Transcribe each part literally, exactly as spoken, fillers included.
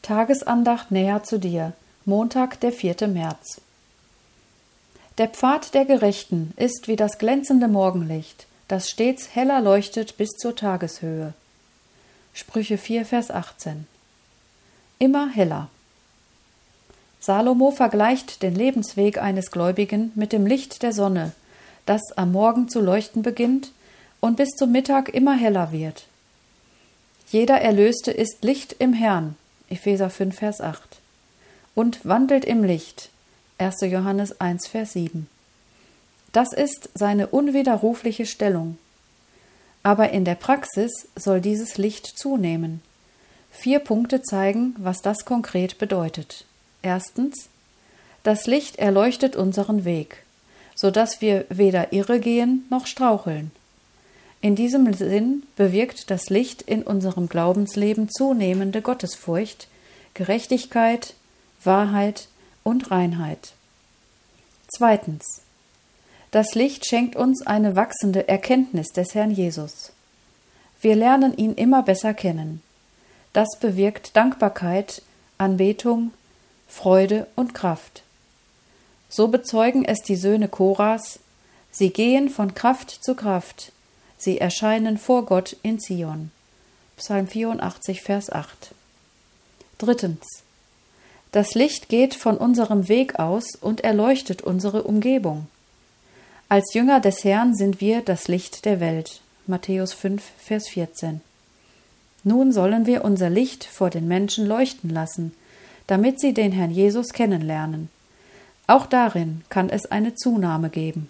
Tagesandacht näher zu dir, Montag, der vierte März. Der Pfad der Gerechten ist wie das glänzende Morgenlicht, das stets heller leuchtet bis zur Tageshöhe. Sprüche vier, Vers achtzehn. Immer heller. Salomo vergleicht den Lebensweg eines Gläubigen mit dem Licht der Sonne, das am Morgen zu leuchten beginnt und bis zum Mittag immer heller wird. Jeder Erlöste ist Licht im Herrn, Epheser fünf, Vers acht, und wandelt im Licht, erster Johannes eins, Vers sieben. Das ist seine unwiderrufliche Stellung. Aber in der Praxis soll dieses Licht zunehmen. Vier Punkte zeigen, was das konkret bedeutet. Erstens: Das Licht erleuchtet unseren Weg, so dass wir weder irregehen noch straucheln. In diesem Sinn bewirkt das Licht in unserem Glaubensleben zunehmende Gottesfurcht, Gerechtigkeit, Wahrheit und Reinheit. Zweitens: Das Licht schenkt uns eine wachsende Erkenntnis des Herrn Jesus. Wir lernen ihn immer besser kennen. Das bewirkt Dankbarkeit, Anbetung, Freude und Kraft. So bezeugen es die Söhne Koras: Sie gehen von Kraft zu Kraft, sie erscheinen vor Gott in Zion. Psalm vierundachtzig, Vers acht. Drittens: Das Licht geht von unserem Weg aus und erleuchtet unsere Umgebung. Als Jünger des Herrn sind wir das Licht der Welt. Matthäus fünf, Vers vierzehn. Nun sollen wir unser Licht vor den Menschen leuchten lassen, damit sie den Herrn Jesus kennenlernen. Auch darin kann es eine Zunahme geben.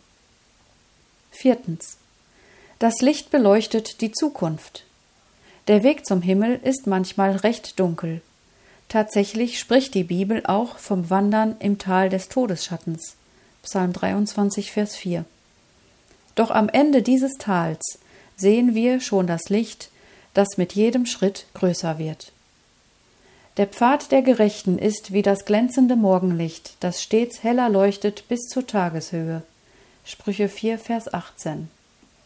Viertens: Das Licht beleuchtet die Zukunft. Der Weg zum Himmel ist manchmal recht dunkel. Tatsächlich spricht die Bibel auch vom Wandern im Tal des Todesschattens. Psalm dreiundzwanzig, Vers vier. Doch am Ende dieses Tals sehen wir schon das Licht, das mit jedem Schritt größer wird. Der Pfad der Gerechten ist wie das glänzende Morgenlicht, das stets heller leuchtet bis zur Tageshöhe. Sprüche vier, Vers achtzehn.